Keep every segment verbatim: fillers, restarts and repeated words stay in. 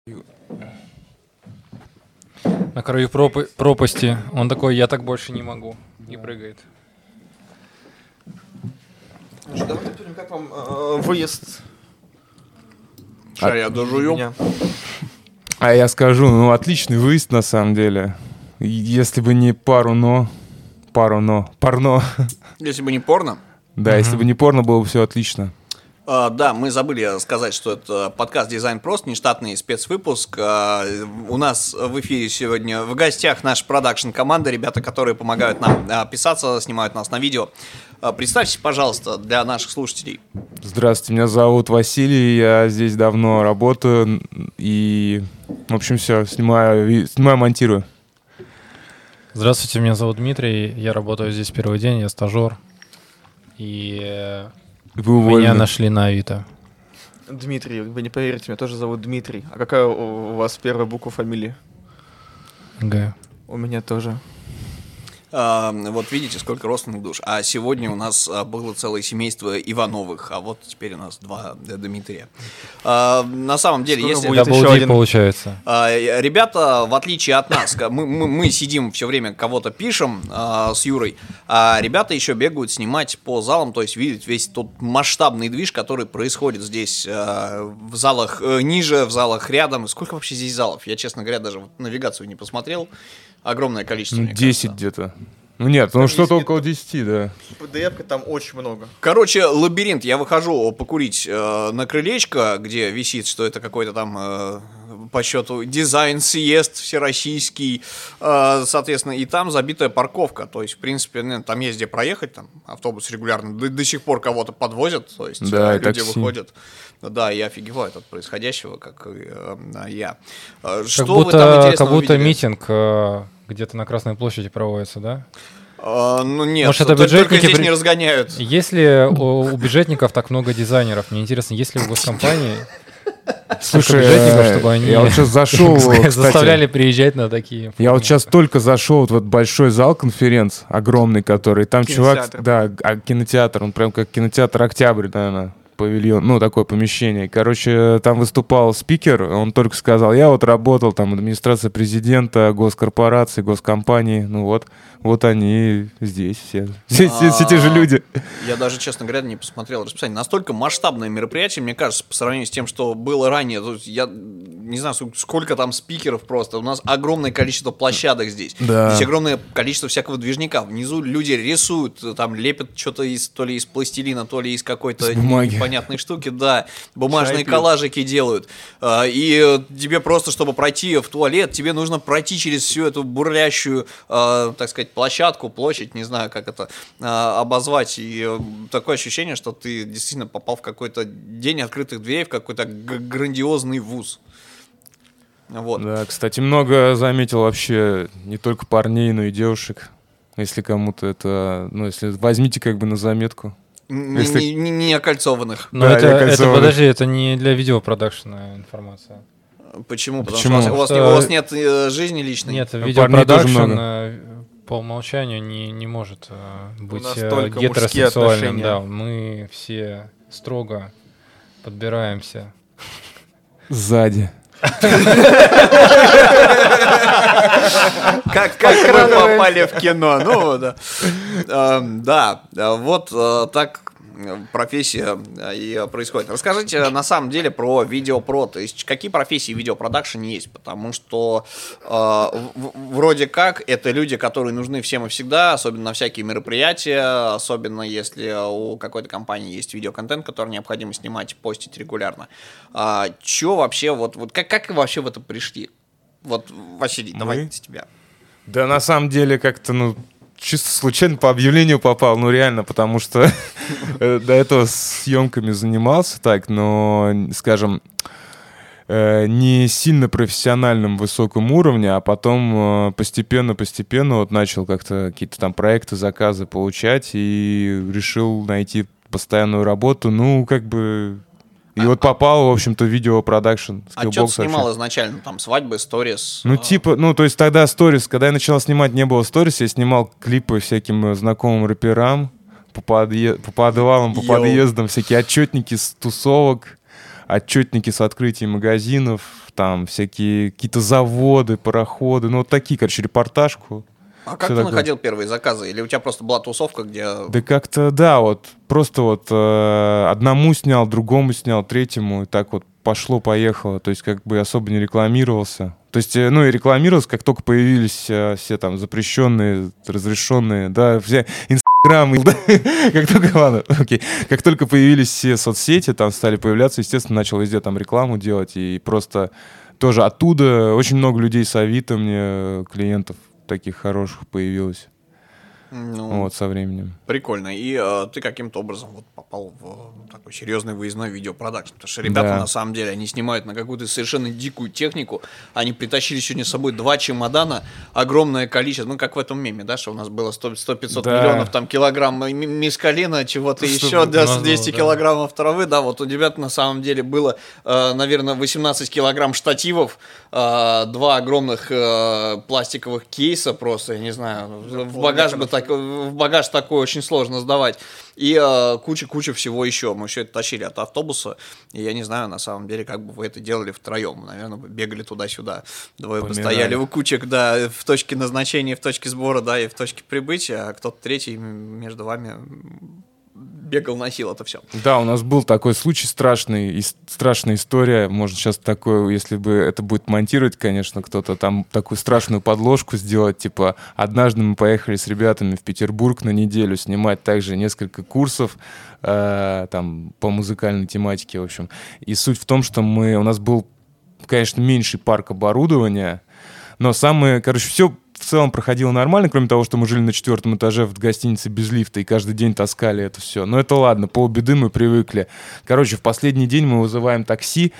На краю пропа- пропасти. Он такой, я так больше не могу. И прыгает. Ну что, давайте обсудим, как вам э, выезд. А я дожую. Меня. А я скажу, ну, отличный выезд, на самом деле. Если бы не пару но... Пару но... Парно. Если бы не порно. Да, если бы не порно, было бы все отлично. А, да, мы забыли сказать, что это подкаст «Дизайн прост», нештатный спецвыпуск. А, у нас в эфире сегодня в гостях наша продакшн-команда, ребята, которые помогают нам а, писаться, снимают нас на видео. А, представьтесь, пожалуйста, для наших слушателей. Здравствуйте, меня зовут Василий, я здесь давно работаю и, в общем, все, снимаю, снимаю, монтирую. Здравствуйте, меня зовут Дмитрий. Я работаю здесь первый день, я стажер. И Вы уволены. меня нашли на Авито. Дмитрий, вы не поверите, меня тоже зовут Дмитрий. А какая у вас первая буква фамилии? Г. У меня тоже. А, вот видите, сколько родственных душ. А сегодня у нас а, было целое семейство Ивановых, а вот теперь у нас два Дмитрия. А, на самом деле, Скоро если... будет Дабл еще Ди один. получается. А, ребята, в отличие от нас, мы, мы, мы сидим все время, кого-то пишем а, с Юрой, а ребята еще бегают снимать по залам, то есть видят весь тот масштабный движ, который происходит здесь а, в залах э, ниже, в залах рядом. Сколько вообще здесь залов? Я, честно говоря, даже вот навигацию не посмотрел. Огромное количество, Ну, мне десять кажется. где-то. Ну нет, ну Там что-то есть около десяти, да. пи ди эф-ка там очень много. Короче, лабиринт. Я выхожу покурить э, на крылечко, где висит, что это какой-то там э, по счету дизайн-съезд всероссийский, э, соответственно, и там забитая парковка. То есть, в принципе, ну, там есть где проехать, там автобус регулярно до, до сих пор кого-то подвозят, то есть Да, э, и люди такси. выходят. Да, я офигеваю от происходящего, как и э, я. Э, Как Что будто, вы там как интересного будто видели? митинг э, где-то на Красной площади проводится, да? Э, ну нет, Может, это только, только бюджетники здесь при- не разгоняют. Если у, у бюджетников так много дизайнеров, мне интересно, есть ли у госкомпании Слушай, бюджетников, э, чтобы они я вот сейчас зашел, кстати, заставляли приезжать на такие... я вот сейчас только зашел вот в этот большой зал конференц, огромный который, там чувак, Кинотеатр. да, а, кинотеатр, он прям как кинотеатр «Октябрь», наверное, павильон, ну, такое помещение. Короче, там выступал спикер, он только сказал, я вот работал там, администрация президента, госкорпорации, госкомпании, ну вот, вот они здесь все, все, все, все те же люди. Я даже, честно говоря, не посмотрел расписание. Настолько масштабное мероприятие, мне кажется, по сравнению с тем, что было ранее. То есть я не знаю, сколько там спикеров просто. У нас огромное количество площадок здесь. Да. Здесь огромное количество всякого движника. Внизу люди рисуют, там лепят что-то из, то ли из пластилина, то ли из какой-то Из бумаги. непонятной штуки. Да, бумажные Чай пьют. коллажики делают. А, И тебе просто, чтобы пройти в туалет, тебе нужно пройти через всю эту бурлящую, а, так сказать, площадку, площадь, не знаю, как это а, обозвать. И э, такое ощущение, что ты действительно попал в какой-то день открытых дверей, в какой-то г- грандиозный вуз. Вот. Да, кстати, много заметил вообще не только парней, но и девушек. Если кому-то это, ну, если возьмите как бы на заметку. Н- Если- Не, не- не окольцованных. Но Да, это, я это, кольцованный. подожди, это не для видеопродакшена информация. Почему? Потому Почему? что у вас, у вас не- у вас нет э, жизни личной. Нет, парней видеопродакшн тоже много. э, по умолчанию не, не может э, быть нас э, только мужские гетеросексуальным. отношения. Да, мы все строго подбираемся. Сзади. Как, как вы попали в кино? Ну, да. Эм, Да, э, вот э, так э, профессия э, и происходит. Расскажите э, на самом деле про видеопро. То есть какие профессии в видеопродакшене есть? Потому что э, в- вроде как это люди, которые нужны всем и всегда, особенно на всякие мероприятия, особенно если у какой-то компании есть видеоконтент, который необходимо снимать и постить регулярно. А, чё вообще, вот, вот как, как вы вообще в это пришли? Вот, Василий, Мы? давайте с тебя. Да на самом деле как-то, ну, чисто случайно по объявлению попал, ну реально, потому что э, до этого съемками занимался так, но, скажем, э, не сильно профессиональном высоком уровне, а потом э, постепенно-постепенно вот начал как-то какие-то там проекты, заказы получать и решил найти постоянную работу, ну, как бы... И вот попал, в общем-то, в видеопродакшн. А что ты снимал изначально? Там свадьбы, сторис? Ну, а, типа, ну, то есть тогда сторис, когда я начал снимать, не было сторис, я снимал клипы всяким э, знакомым рэперам по, подъе- по подвалам, по Йоу. подъездам, всякие отчетники с тусовок. отчетники с открытий магазинов, там всякие какие-то заводы, пароходы, ну вот такие, короче, репортажку. А как Всё ты такое. находил первые заказы? Или у тебя просто была тусовка, где... Да как-то, да, вот просто вот э, одному снял, другому снял, третьему, и так вот пошло-поехало, то есть как бы особо не рекламировался. То есть, э, ну и рекламировался, как только появились э, все там запрещенные, разрешенные, да, все инстаграмы, да, как только, ладно, окей, как только появились все соцсети, там стали появляться, естественно, начал везде там рекламу делать, и просто тоже оттуда очень много людей с Авито мне, клиентов таких хороших появилось. Ну, Вот, со временем. прикольно. И э, ты каким-то образом вот попал в э, такой серьезный выездной видеопродакшн. Потому что ребята, Да. на самом деле, они снимают на какую-то совершенно дикую технику. Они притащили сегодня с собой два чемодана, огромное количество, ну, как в этом меме, да, что у нас было сто-пятьсот Да. миллионов там килограмм м- мискалина, чего-то Что еще, бы да, у нас с двести было, да. килограммов травы, да, вот у ребят на самом деле было, э, наверное, восемнадцать килограмм штативов, э, два огромных э, пластиковых кейса просто, я не знаю, в багаж бы так, в багаж такой очень сложно сдавать. И э, куча-куча всего еще. Мы все это тащили от автобуса. И я не знаю, на самом деле, как бы вы это делали втроем. Наверное, вы бегали туда-сюда. Двое бы Поминали. стояли у кучек, да, в точке назначения, в точке сбора, да, и в точке прибытия, а кто-то третий м- между вами бегал, носил это все. Да, у нас был такой случай страшный, и с- страшная история. Может, сейчас такое, если бы это будет монтировать, конечно, кто-то там такую страшную подложку сделать. Типа, однажды мы поехали с ребятами в Петербург на неделю снимать также несколько курсов э, там по музыкальной тематике, в общем. И суть в том, что мы, у нас был, конечно, меньший парк оборудования, но самое, короче, все в целом проходило нормально, кроме того, что мы жили на четвертом этаже в гостинице без лифта и каждый день таскали это все. Но это ладно, полбеды мы привыкли. Короче, в последний день мы вызываем такси,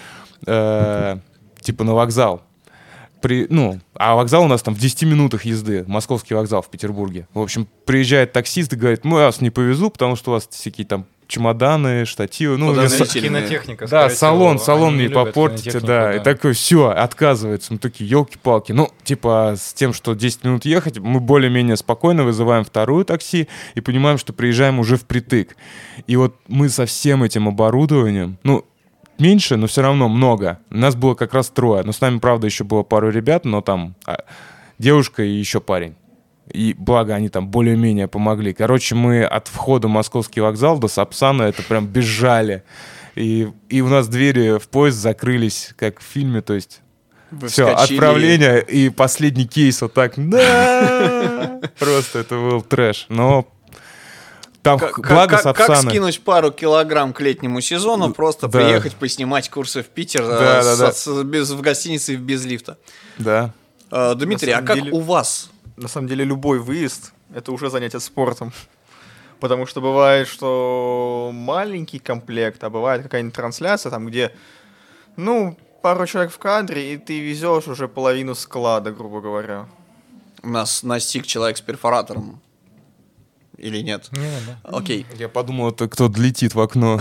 э, типа на вокзал. При, ну, а вокзал у нас там в десяти минутах езды, московский вокзал в Петербурге. В общем, приезжает таксист и говорит: мы вас не повезу, потому что у вас всякие там чемоданы, штативы. Ну, я Подозрительно. с- Кинотехника, да, скорее салон, всего. салон Они мне не любят попортите, кинотехнику, да. И такой, все, отказывается. Мы такие, елки-палки. Ну, типа, с тем, что десять минут ехать, мы более-менее спокойно вызываем вторую такси и понимаем, что приезжаем уже впритык. И вот мы со всем этим оборудованием, ну, меньше, но все равно много. Нас было как раз трое. Но с нами, правда, еще было пару ребят, но там а, девушка и еще парень. И благо они там более-менее помогли. Короче, мы от входа в московский вокзал до Сапсана это прям бежали. И, и у нас двери в поезд закрылись, как в фильме, то есть Вы все, вскочили. отправление и последний кейс вот так. Да! Просто это был трэш. Но там Как, благо как- как Сапсаны. скинуть пару килограмм к летнему сезону, просто Да. приехать поснимать курсы в Питер э, Да, да, с- да. с- без, в гостинице без лифта. Да. Э, Дмитрий, На а самом как деле- у вас? На самом деле любой выезд — это уже занятие спортом. Потому что бывает, что маленький комплект, а бывает какая-нибудь трансляция, там, где, ну, пару человек в кадре, и ты везешь уже половину склада, грубо говоря. У нас настиг человек с перфоратором. Или нет? Не, да. Окей. Я подумал, это кто-то летит в окно.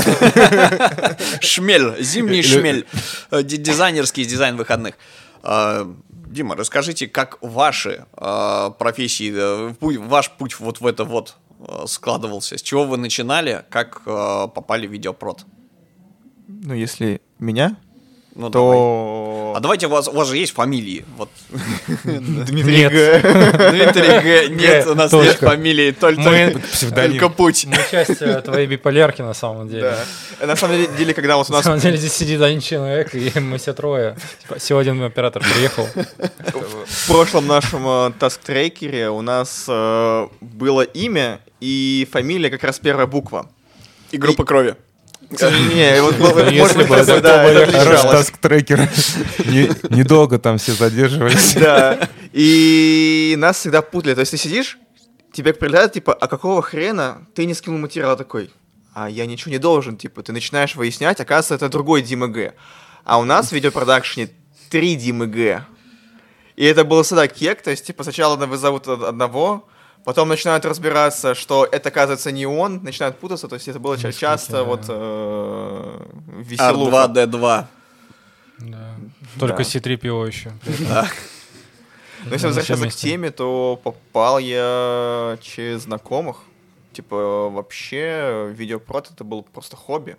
Шмель, зимний Или- шмель. Э, ди- Дизайнерский дизайн выходных. А, Дима, расскажите, как ваши а, профессии, э, путь- ваш путь вот в это вот э, складывался? С чего вы начинали? Как э, попали в видеопрод? Ну, если меня, Ну, давай. то... А давайте, у вас, у вас же есть фамилии. Вот. Дмитрий Нет. Г. Дмитрий Г. Нет, у нас нет Точка. фамилии, только, Мы- Псевдоним. только путь. Мы часть э, твоей биполярки, на самом деле. Да. На самом деле, деле, когда вот у На нас самом деле здесь сидит один человек, и мы все трое. Типа, всего один оператор приехал. в прошлом нашем э, таск-трекере у нас э, было имя и фамилия как раз первая буква. И группа крови. Не, вот было- Если может быть, бы это такое, да, было это хорошо. Хороший отличалось. таск-трекер. Не- Недолго там все задерживались. Да. И нас всегда путали. То есть ты сидишь, тебе прилетает, типа, а какого хрена ты не скинул материал такой? А я ничего не должен, типа, ты начинаешь выяснять, оказывается, это другой Дима Г. А у нас в видеопродакшене три Димы Г. И это был всегда кек, то есть, типа, сначала вызовут од- одного, потом начинают разбираться, что это, оказывается, не он, начинают путаться, то есть это было ча- Несколько, часто да. вот э, ар веселуха. два дэ два. Да. Только Да. си три пи о еще. Но если возвращаться к теме, то попал я через знакомых. Типа, вообще, видеопрод это было просто хобби.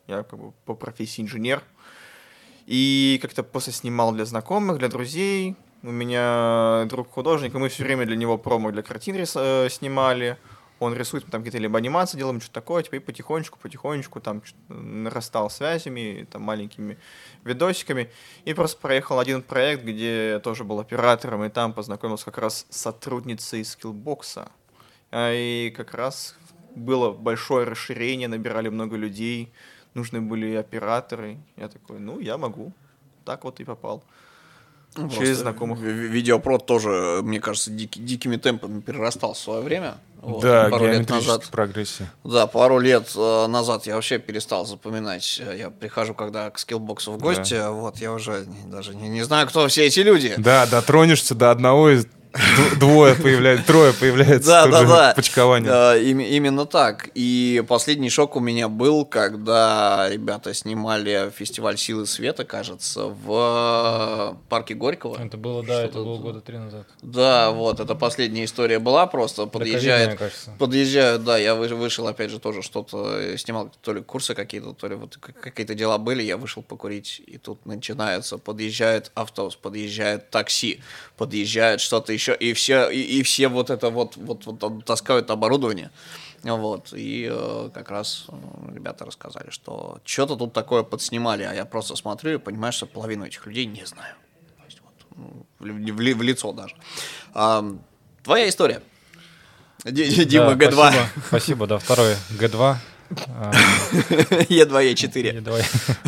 Я как бы по профессии инженер. И как-то после снимал для знакомых, для друзей. У меня друг художник, и мы все время для него промо для картин рис- э, снимали. Он рисует, мы там какие-то либо анимации делаем, что-то такое, типа, и потихонечку, потихонечку там нарастал связями, там, маленькими видосиками. И просто проехал один проект, где я тоже был оператором, и там познакомился как раз с сотрудницей Skillbox. И как раз было большое расширение, набирали много людей, нужны были операторы. Я такой, ну, я могу. Так вот и попал. Ну, через знакомых. Видеопрод тоже, мне кажется, дики, дикими темпами перерастал в свое время. Вот, Да, пару лет геометрическая назад. прогрессия. Да, пару лет э, назад я вообще перестал запоминать. Я прихожу, когда к Skillbox в гости, Да. вот я уже не- даже не, не знаю, кто все эти люди. Да, дотронешься до одного из д- двое появляется, трое появляется. Да, тут да, же да. Почкование. Да, им- именно так. И последний шок у меня был, когда ребята снимали фестиваль «Силы света», кажется, в парке Горького. Это было, да, это Что-то- было года три назад. Да, вот, это последняя история была, просто подъезжает, ковидная, кажется. подъезжают, да, я вы- вышел, опять же, тоже что-то, э, снимал то ли курсы какие-то, то ли вот к- какие-то дела были, я вышел покурить, и тут начинается, подъезжает автобус, подъезжает такси, подъезжает что-то еще, и все, и, и все вот это вот, вот, вот таскают оборудование. Вот, и э, как раз э, ребята рассказали, что что-то тут такое подснимали, а я просто смотрю и понимаю, что половину этих людей не знаю. То есть вот, ну, в, ли- в ли- в лицо даже. А, твоя история. Ди- Ди- Дима, Да, Г два. Спасибо, спасибо, да, второй Г два. а, Е два, Е четыре. Е два,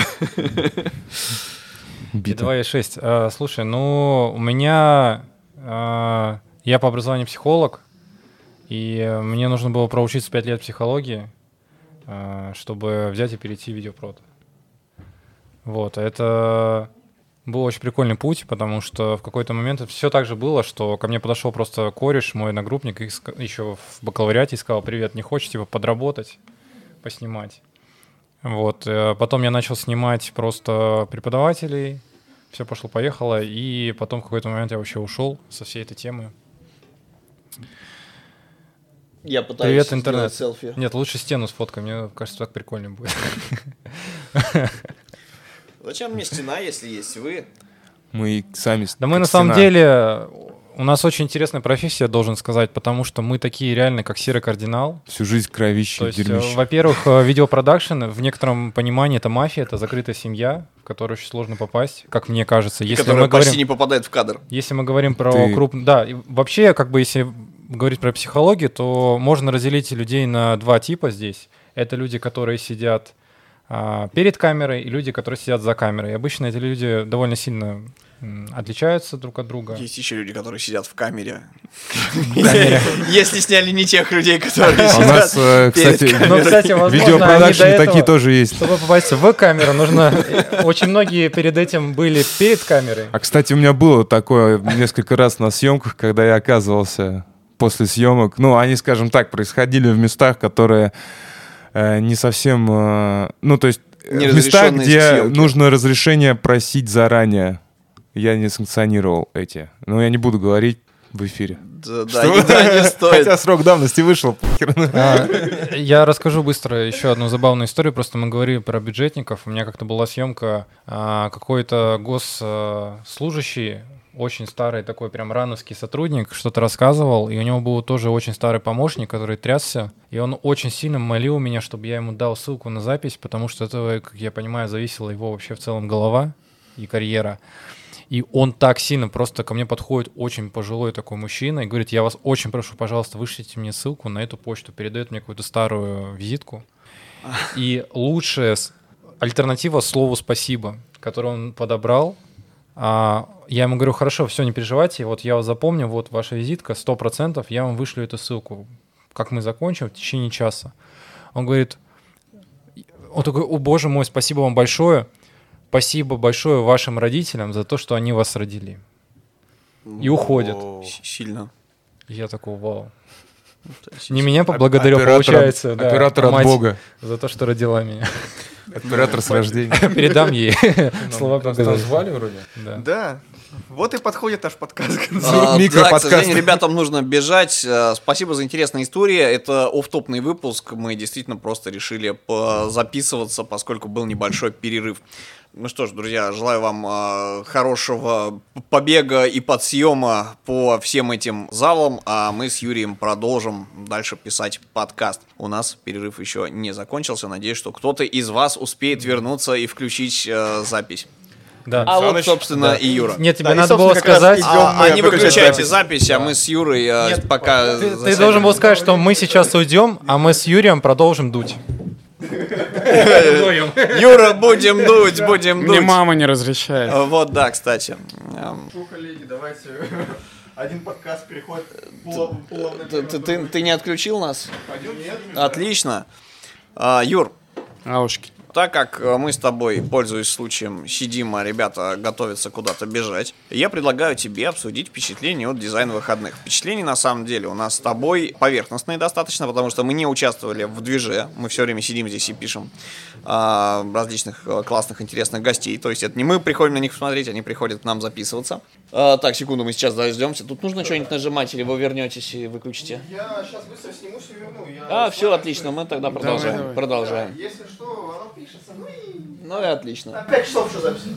Бита. Е два, Е шесть. А, Слушай, ну, у меня... а, Я по образованию психолог, и э, мне нужно было проучиться пять лет психологии, а, чтобы взять и перейти в видеопрод. Вот, это был очень прикольный путь, потому что в какой-то момент все так же было, что ко мне подошел просто кореш, мой одногруппник, и ска- еще в бакалавриате, и сказал: привет, не хочешь типа подработать, поснимать? Вот, э, потом я начал снимать просто преподавателей, все пошло-поехало, и потом в какой-то момент я вообще ушел со всей этой темы. Я пытаюсь Привет, сделать интернет. селфи. Нет, лучше стену сфоткай, мне кажется, так прикольнее будет. Зачем мне стена, если есть вы? Мы сами... Да мы как на самом стена. деле, у нас очень интересная профессия, должен сказать, потому что мы такие реально, как серый кардинал. Всю жизнь кровище, То есть, э, дерьмище. во-первых, э, видеопродакшн в некотором понимании это мафия, это закрытая семья, в которую очень сложно попасть, как мне кажется. Если Которая мы почти говорим, не попадает в кадр. если мы говорим про Ты- крупный... Да, и вообще, как бы, если говорить про психологию, то можно разделить людей на два типа здесь. Это люди, которые сидят а, перед камерой, и люди, которые сидят за камерой. И обычно эти люди довольно сильно м, отличаются друг от друга. Есть еще люди, которые сидят в камере. Если сняли не тех людей, которые А у нас, сидят э, перед кстати, камерой. Ну, кстати, возможно, они до видеопродакшены этого... такие тоже есть. Чтобы попасть в камеру, нужно... Очень многие перед этим были перед камерой. А, кстати, у меня было такое несколько раз на съемках, когда я оказывался после съемок. Ну, они, скажем так, происходили в местах, которые э, не совсем... э, ну, то есть э, в местах, Неразрешенные где съемки. нужно разрешение просить заранее. Я не санкционировал эти. Но я не буду говорить в эфире. Да, да, не- да, не стоит. Хотя срок давности вышел. похер. А, Я расскажу быстро еще одну забавную историю. Просто мы говорили про бюджетников. У меня как-то была съемка, а, какой-то госслужащий, очень старый такой прям рановский сотрудник, что-то рассказывал, и у него был тоже очень старый помощник, который трясся, и он очень сильно молил меня, чтобы я ему дал ссылку на запись, потому что от этого, как я понимаю, зависела его вообще в целом голова и карьера. И он так сильно просто ко мне подходит, очень пожилой такой мужчина, и говорит: я вас очень прошу, пожалуйста, вышлите мне ссылку на эту почту, передает мне какую-то старую визитку. И лучшая с- альтернатива слову «спасибо», которую он подобрал. А, я ему говорю: хорошо, все, не переживайте, вот я вас запомню, вот ваша визитка, сто процентов, я вам вышлю эту ссылку. Как мы закончим, в течение часа. Он говорит, он такой: о боже мой, спасибо вам большое, спасибо большое вашим родителям за то, что они вас родили. И уходит. С- Сильно. И я такой: вау. То есть, Не меня поблагодарил, Оператор от- получается, да, Оператор а от мать Бога. за то, что родила меня. Оператор с рождения. Передам ей слова Нас поблагодарить. звали вроде? Да. Да. Вот и подходит наш подкаст к концу. А, Микроподкаст. Да, к сожалению, ребятам нужно бежать. Э, Спасибо за интересную историю. Это оффтопный выпуск. Мы действительно просто решили по- записываться, поскольку был небольшой перерыв. Ну что ж, друзья, желаю вам э, хорошего побега и подсъема по всем этим залам, а мы с Юрием продолжим дальше писать подкаст. У нас перерыв еще не закончился. Надеюсь, что кто-то из вас успеет вернуться и включить э, запись. Да. А вот, Саныч, собственно, да. и Юра. Нет, тебе Да, и, надо было собственно, как раз сказать... идем А, мы а не выключать выключайте запись. запись, а мы с Юрой э, пока... Ты, ты засядем. должен был сказать, что мы сейчас уйдем, а мы с Юрием продолжим дуть. Юра, будем дуть, будем Мне дуть. мама не разрешает. Э, Вот, да, кстати. Эм, Ну, коллеги, давайте один подкаст переходит Ты, ты- ты- ты не отключил нас? Отлично. А, Юр, Аушки. так как э, мы с тобой, пользуясь случаем, сидим, а ребята готовятся куда-то бежать, я предлагаю тебе обсудить впечатления от дизайна выходных. Впечатлений, на самом деле, у нас с тобой поверхностные достаточно, потому что мы не участвовали в движе, мы все время сидим здесь и пишем а, различных э, классных, интересных гостей. То есть это не мы приходим на них посмотреть, они приходят к нам записываться. А, так, секунду, мы сейчас дождемся. Тут нужно что-нибудь нажимать, или вы вернетесь и выключите? Я сейчас быстро снимусь и верну. Я А, все, отлично, мы тогда продолжаем. давай. Продолжаем. Если что, оно пишется. Ну и Ну и отлично. на пять часов еще записи.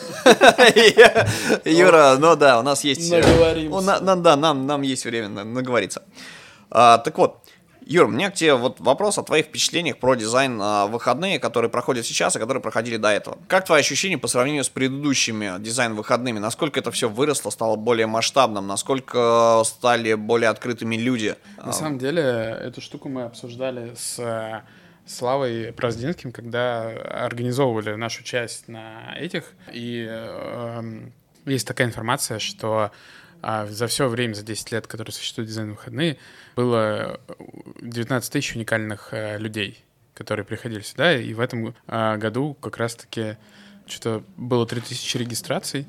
Юра, ну да, у нас есть... э, Наговоримся. у на- на- Да, нам нам есть время на- наговориться. А, Так вот, Юр, у меня к тебе вот вопрос о твоих впечатлениях про дизайн а, выходные, которые проходят сейчас и которые проходили до этого. Как твои ощущения по сравнению с предыдущими дизайн-выходными? Насколько это все выросло, стало более масштабным? Насколько стали более открытыми люди? На самом деле, эту штуку мы обсуждали с э, Славой Праздинским, когда организовывали нашу часть на этих. И э, эм, есть такая информация, что а, за все время, за десять лет, которые существуют дизайн-выходные, было девятнадцать тысяч уникальных э, людей, которые приходили сюда. И в этом э, году как раз-таки что-то было три тысячи регистраций.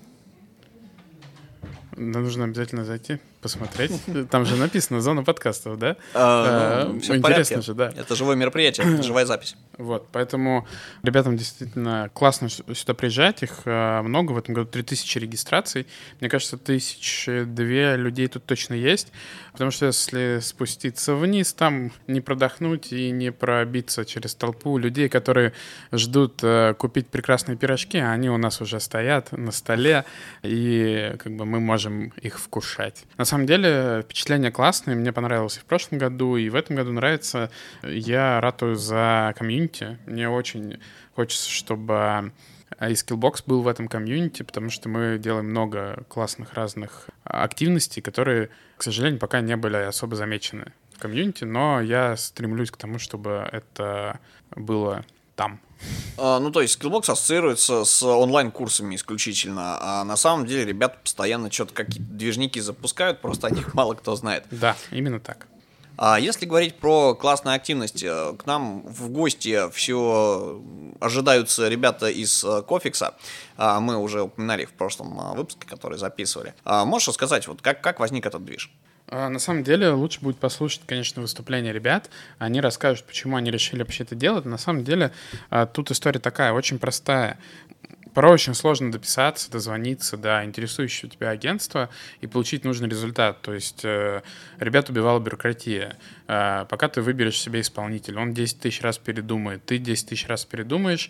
Нам нужно обязательно зайти, посмотреть. Там же написано «Зона подкастов», да? А, ну, Э, всё в Интересно порядке. же, да. Это живое мероприятие, это живая запись. Вот, поэтому ребятам действительно классно с- сюда приезжать. Их э, много, в этом году три тысячи регистраций. Мне кажется, тысячи две людей тут точно есть. Потому что если спуститься вниз, там не продохнуть и не пробиться через толпу людей, которые ждут э, купить прекрасные пирожки, а они у нас уже стоят на столе, и как бы мы можем их вкушать. На самом деле впечатления классные, мне понравилось и в прошлом году, и в этом году нравится. Я ратую за комьюнити. Мне очень хочется, чтобы и Skillbox был в этом комьюнити, потому что мы делаем много классных разных активностей, которые, к сожалению, пока не были особо замечены в комьюнити, но я стремлюсь к тому, чтобы это было там. А, Ну, то есть, Skillbox ассоциируется с онлайн-курсами исключительно, а на самом деле ребята постоянно что-то какие-то движники запускают, просто о них мало кто знает. Да, именно так. А если говорить про классные активности, к нам в гости все ожидаются ребята из э, Кофикса. А, Мы уже упоминали их в прошлом а, выпуске, который записывали. А Можешь рассказать, вот как, как возник этот движ? А, На самом деле лучше будет послушать, конечно, выступления ребят. Они расскажут, почему они решили вообще это делать. На самом деле а, тут история такая, очень простая. Порой очень сложно дописаться, дозвониться до интересующего тебя агентства и получить нужный результат. То есть э, ребят убивала бюрократия. Э, пока ты выберешь себе исполнителя, он десять тысяч раз передумает, ты десять тысяч раз передумаешь,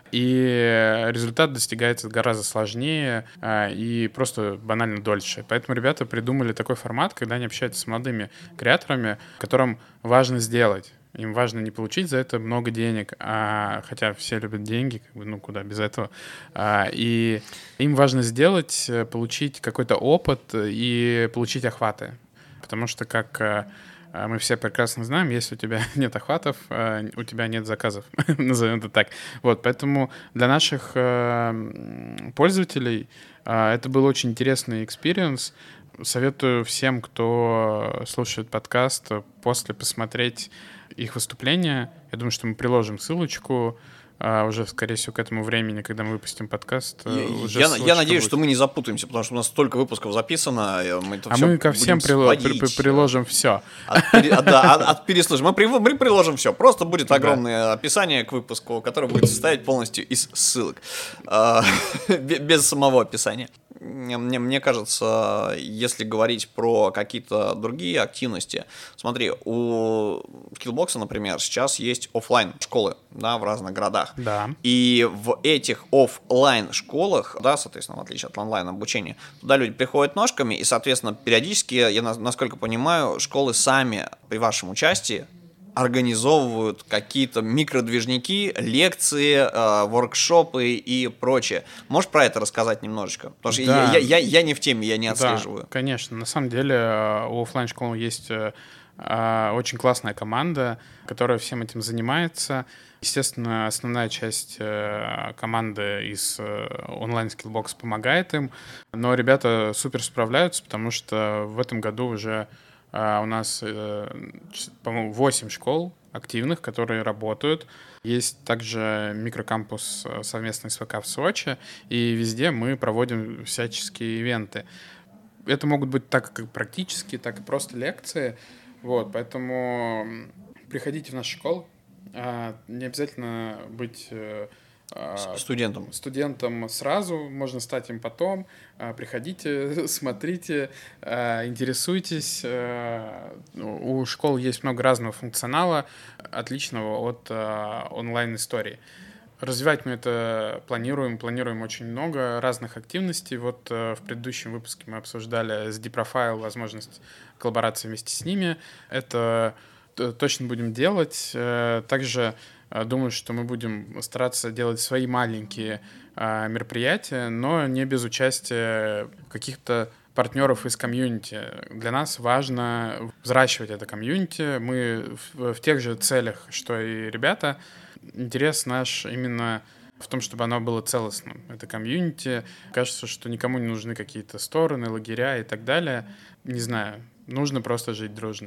и результат достигается гораздо сложнее э, и просто банально дольше. Поэтому ребята придумали такой формат, когда они общаются с молодыми креаторами, которым важно сделать. Им важно не получить за это много денег, а, хотя все любят деньги, как бы, ну куда без этого. А, и им важно сделать, получить какой-то опыт и получить охваты. Потому что, как а, мы все прекрасно знаем, если у тебя нет охватов, а, у тебя нет заказов, назовем это так. Вот, поэтому для наших а, пользователей а, это был очень интересный экспириенс. Советую всем, кто слушает подкаст, после посмотреть их выступления. Я думаю, что мы приложим ссылочку. а, уже, скорее всего, к этому времени, когда мы выпустим подкаст, Я, уже я, ссылочка я надеюсь, будет. что мы не запутаемся, потому что у нас столько выпусков записано. Мы это А всё мы ко всем будем прило- при- сводить. при- приложим все. От, пере- от- да, от, от переслушивания. Мы, при- мы приложим все. Просто будет огромное описание к выпуску, которое будет состоять полностью из ссылок. А, бе- Без самого описания. Мне, мне кажется, если говорить про какие-то другие активности, смотри, у Skillbox, например, сейчас есть офлайн школы, да, в разных городах. Да. И в этих офлайн школах, да, соответственно, в отличие от онлайн обучения, туда люди приходят ножками, и, соответственно, периодически, я насколько понимаю, школы сами при вашем участии организовывают какие-то микродвижники, лекции, э, воркшопы и прочее. Можешь про это рассказать немножечко? Потому что Да. я, я, я не в теме, я не отслеживаю. Да, конечно. На самом деле э, у офлайн-школы есть э, э, очень классная команда, которая всем этим занимается. Естественно, основная часть э, команды из э, онлайн-скиллбокс помогает им, но ребята супер справляются, потому что в этом году уже Uh, у нас, uh, по-моему, восемь школ активных, которые работают. Есть также микрокампус uh, совместный с ВК в Сочи, и везде мы проводим всяческие ивенты. Это могут быть так как практические, так и просто лекции. Вот, поэтому приходите в нашу школу. Uh, не обязательно быть uh, студентом. Студентом сразу, можно стать им потом. Приходите, смотрите, интересуйтесь. У школ есть много разного функционала, отличного от онлайн-истории. Развивать мы это планируем, планируем очень много разных активностей. Вот в предыдущем выпуске мы обсуждали с Deprofile возможность коллаборации вместе с ними. Это точно будем делать. Также думаю, что мы будем стараться делать свои маленькие а, мероприятия, но не без участия каких-то партнеров из комьюнити. Для нас важно взращивать это комьюнити. Мы в, в тех же целях, что и ребята. Интерес наш именно в том, чтобы оно было целостным. Это комьюнити. Кажется, что никому не нужны какие-то стороны, лагеря и так далее. Не знаю. Нужно просто жить дружно.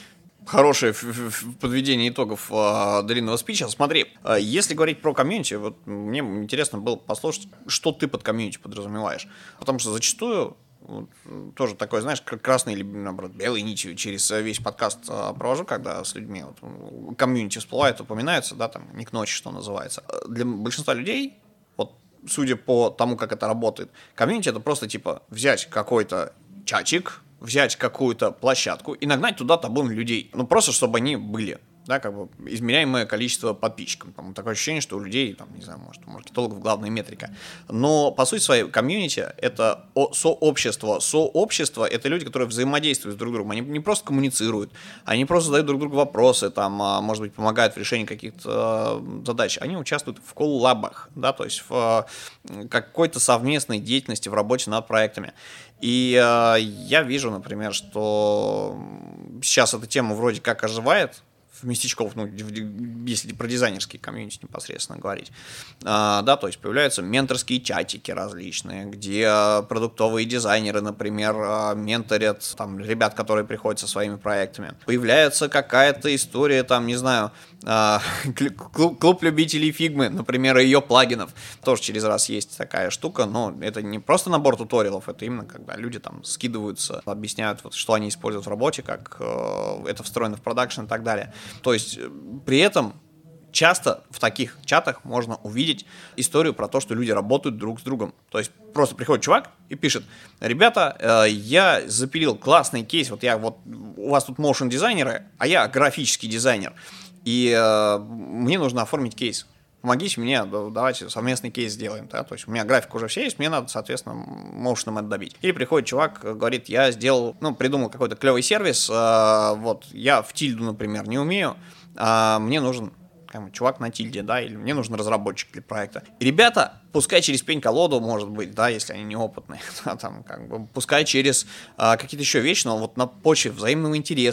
Хорошее подведение итогов э, длинного спича. Смотри, э, если говорить про комьюнити, вот мне интересно было послушать, что ты под комьюнити подразумеваешь. Потому что зачастую вот, тоже такой, знаешь, красный или, наоборот, белый нитью через весь подкаст э, провожу, когда с людьми вот, комьюнити всплывает, упоминается, да, там, не к ночи, что называется. Для большинства людей, вот, судя по тому, как это работает, комьюнити — это просто, типа, взять какой-то чатик, взять какую-то площадку и нагнать туда табун людей. Ну, просто чтобы они были. Да, как бы измеряемое количество подписчиков. Там, такое ощущение, что у людей, там, не знаю, может, у маркетологов главная метрика. Но, по сути своей, комьюнити — это сообщество. Сообщество — это люди, которые взаимодействуют с друг другом. Они не просто коммуницируют, они просто задают друг другу вопросы, там, может быть, помогают в решении каких-то задач. Они участвуют в коллабах, да, то есть в какой-то совместной деятельности в работе над проектами. И э, я вижу, например, что сейчас эта тема вроде как оживает в местечков, ну, если про дизайнерские комьюнити непосредственно говорить. А, да, то есть появляются менторские чатики различные, где продуктовые дизайнеры, например, менторят там ребят, которые приходят со своими проектами. Появляется какая-то история, там, не знаю, клуб, клуб любителей фигмы, например, ее плагинов. Тоже через раз есть такая штука, но это не просто набор туториалов, это именно когда люди там скидываются, объясняют, вот, что они используют в работе, как э, это встроено в продакшн и так далее. То есть при этом часто в таких чатах можно увидеть историю про то, что люди работают друг с другом. То есть просто приходит чувак и пишет: ребята, э, я запилил классный кейс, вот я вот, у вас тут моушен дизайнеры, а я графический дизайнер, и э, мне нужно оформить кейс. Помогите мне, давайте совместный кейс сделаем, да, то есть у меня график уже все есть, мне надо, соответственно, моушеном это добить. Или приходит чувак, говорит: я сделал, ну, придумал какой-то клевый сервис, э, вот, я в тильду, например, не умею, а мне нужен чувак на тильде, да, или мне нужен разработчик для проекта. И ребята, пускай через пень-колоду, может быть, да, если они неопытные, да, там, как бы, пускай через а, какие-то еще вещи, но вот на почве взаимного интереса,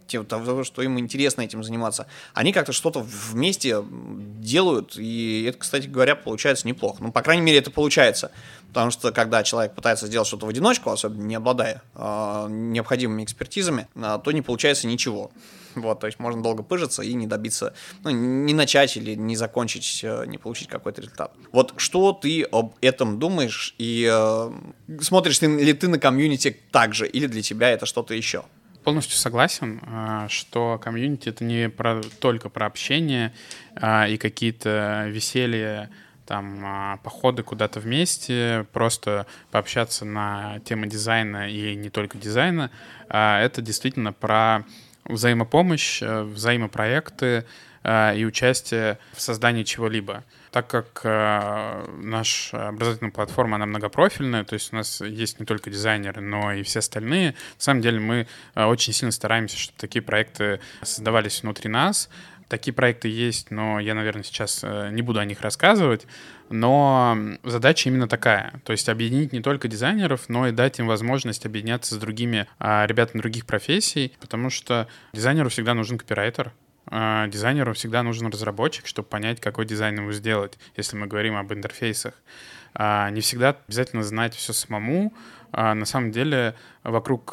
того, что им интересно этим заниматься, они как-то что-то вместе делают, и это, кстати говоря, получается неплохо. Ну, по крайней мере, это получается. Потому что, когда человек пытается сделать что-то в одиночку, особенно не обладая э, необходимыми экспертизами, э, то не получается ничего. Вот, то есть можно долго пыжиться и не добиться, ну, не начать или не закончить, э, не получить какой-то результат. Вот что ты об этом думаешь, и э, смотришь ты, ли ты на комьюнити так же, или для тебя это что-то еще? Полностью согласен, что комьюнити — это не про, только про общение и какие-то веселья, там, походы куда-то вместе, просто пообщаться на темы дизайна и не только дизайна. Это действительно про взаимопомощь, взаимопроекты и участие в создании чего-либо. Так как э, наша образовательная платформа, она многопрофильная, то есть у нас есть не только дизайнеры, но и все остальные. На самом деле мы э, очень сильно стараемся, чтобы такие проекты создавались внутри нас. Такие проекты есть, но я, наверное, сейчас э, не буду о них рассказывать. Но задача именно такая. То есть объединить не только дизайнеров, но и дать им возможность объединяться с другими э, ребятами других профессий, потому что дизайнеру всегда нужен копирайтер. Дизайнеру всегда нужен разработчик, чтобы понять, какой дизайн ему сделать, если мы говорим об интерфейсах. Не всегда обязательно знать все самому. На самом деле вокруг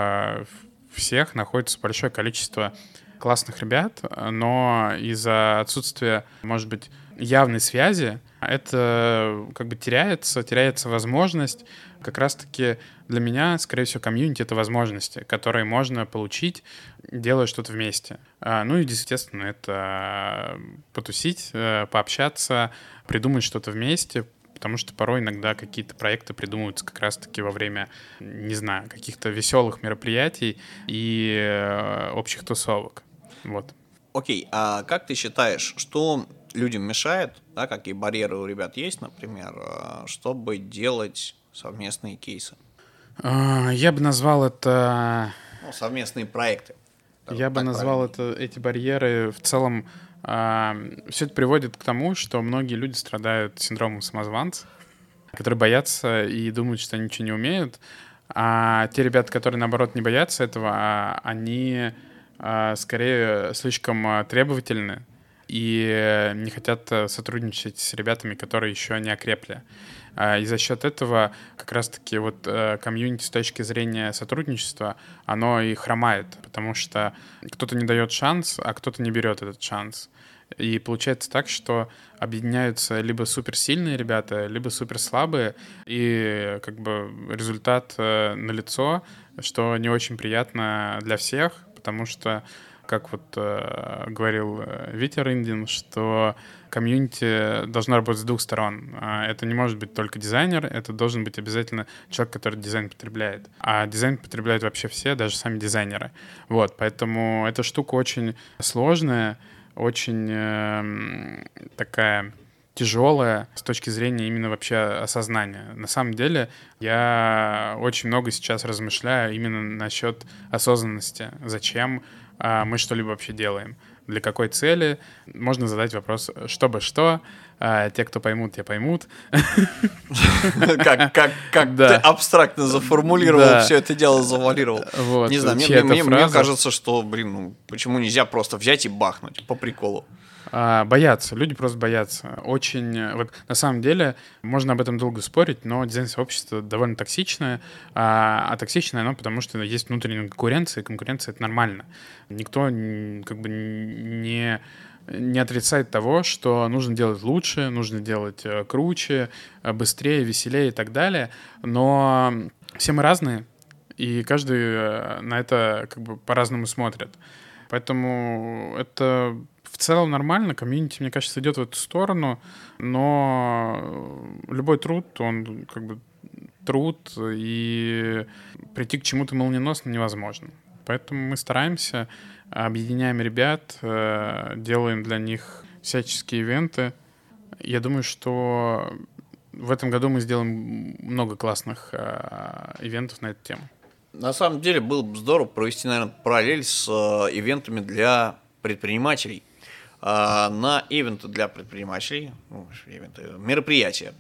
всех находится большое количество классных ребят, но из-за отсутствия, может быть, явной связи это как бы теряется, теряется возможность. Как раз-таки для меня, скорее всего, комьюнити — это возможности, которые можно получить, делая что-то вместе. Ну и, естественно, это потусить, пообщаться, придумать что-то вместе, потому что порой иногда какие-то проекты придумываются как раз-таки во время, не знаю, каких-то веселых мероприятий и общих тусовок. Вот. Окей, а как ты считаешь, что людям мешает, да, какие барьеры у ребят есть, например, чтобы делать совместные кейсы? Я бы назвал это... Ну, совместные проекты. Я бы назвал это, эти барьеры в целом... Все это приводит к тому, что многие люди страдают синдромом самозванца, которые боятся и думают, что они ничего не умеют. А те ребята, которые, наоборот, не боятся этого, они скорее слишком требовательны и не хотят сотрудничать с ребятами, которые еще не окрепли. И за счет этого как раз-таки вот комьюнити с точки зрения сотрудничества, оно и хромает, потому что кто-то не дает шанс, а кто-то не берет этот шанс. И получается так, что объединяются либо суперсильные ребята, либо суперслабые, и как бы результат налицо, что не очень приятно для всех, потому что, как вот э, говорил Витя Рындин, что комьюнити должно работать с двух сторон. Это не может быть только дизайнер, это должен быть обязательно человек, который дизайн потребляет. А дизайн потребляют вообще все, даже сами дизайнеры. Вот, поэтому эта штука очень сложная, очень э, такая тяжелая с точки зрения именно вообще осознания. На самом деле я очень много сейчас размышляю именно насчет осознанности. Зачем а, мы что-либо вообще делаем? Для какой цели? Можно задать вопрос, чтобы что. А, те, кто поймут, те поймут. Как ты абстрактно заформулировал, все это дело завуалировал. Не знаю, мне кажется, что, блин, ну почему нельзя просто взять и бахнуть по приколу? А, боятся, люди просто боятся. Очень, вот на самом деле, можно об этом долго спорить, но дизайн-сообщество довольно токсичное, а, а токсичное оно потому, что есть внутренняя конкуренция, и конкуренция — это нормально. Никто как бы не, не отрицает того, что нужно делать лучше, нужно делать круче, быстрее, веселее и так далее, но все мы разные, и каждый на это как бы по-разному смотрит. Поэтому это в целом нормально, комьюнити, мне кажется, идет в эту сторону, но любой труд, он как бы труд, и прийти к чему-то молниеносно невозможно. Поэтому мы стараемся, объединяем ребят, делаем для них всяческие ивенты. Я думаю, что в этом году мы сделаем много классных ивентов на эту тему. На самом деле было бы здорово провести, наверное, параллель с ивентами для предпринимателей. На ивенты для предпринимателей, ну, ивенты, мероприятия,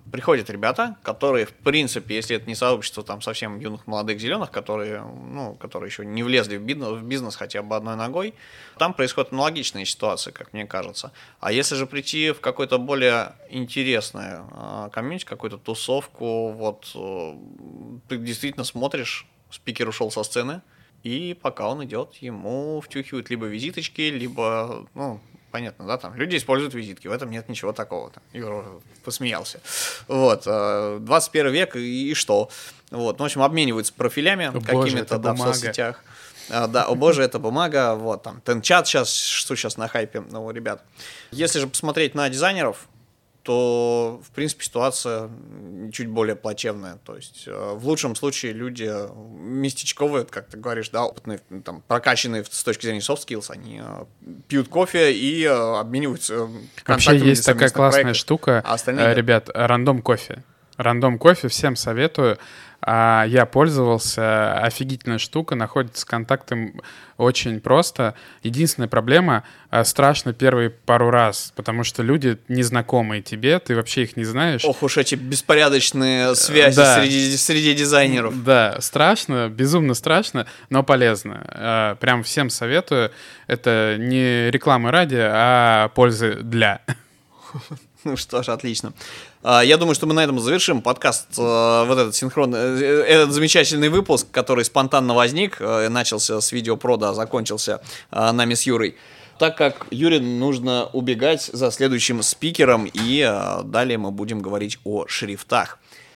приходят ребята, которые, в принципе, если это не сообщество там совсем юных молодых зеленых, которые, ну, которые еще не влезли в бизнес, в бизнес хотя бы одной ногой, там происходят аналогичные ситуации, как мне кажется. А если же прийти в какое-то более интересное э, комьюнити, какую-то тусовку, вот э, ты действительно смотришь, спикер ушел со сцены, и пока он идет, ему втюхивают либо визиточки, либо, ну, понятно, да, там люди используют визитки, в этом нет ничего такого. Там, Юра посмеялся. Вот, двадцать первый век, и, и что? Вот, ну, в общем, обмениваются профилями какими-то, да, в соцсетях. А, да, о боже, это бумага, вот, там, Тенчат сейчас, что сейчас на хайпе, ну, ребят. Если же посмотреть на дизайнеров, то, в принципе, ситуация чуть более плачевная. То есть, э, в лучшем случае люди местечковые, как ты говоришь, да, опытные, там, прокачанные с точки зрения soft skills, они э, пьют кофе и э, обмениваются контактами. Вообще есть такая классная проектов. штука, а э, ребят, рандом кофе. Рандом кофе, всем советую. А я пользовался, офигительная штука, находится контакты очень просто. Единственная проблема, страшно первые пару раз, потому что люди незнакомые тебе, ты вообще их не знаешь. Ох уж эти беспорядочные связи да. среди, среди дизайнеров. Да, страшно, безумно страшно, но полезно. Прям всем советую. Это не реклама ради, а пользы для. Ну что ж, отлично. Я думаю, что мы на этом завершим подкаст, вот этот синхронный, этот замечательный выпуск, который спонтанно возник, начался с видеопрода, закончился нами с Юрой. Так как Юре нужно убегать за следующим спикером, и далее мы будем говорить о шрифтах.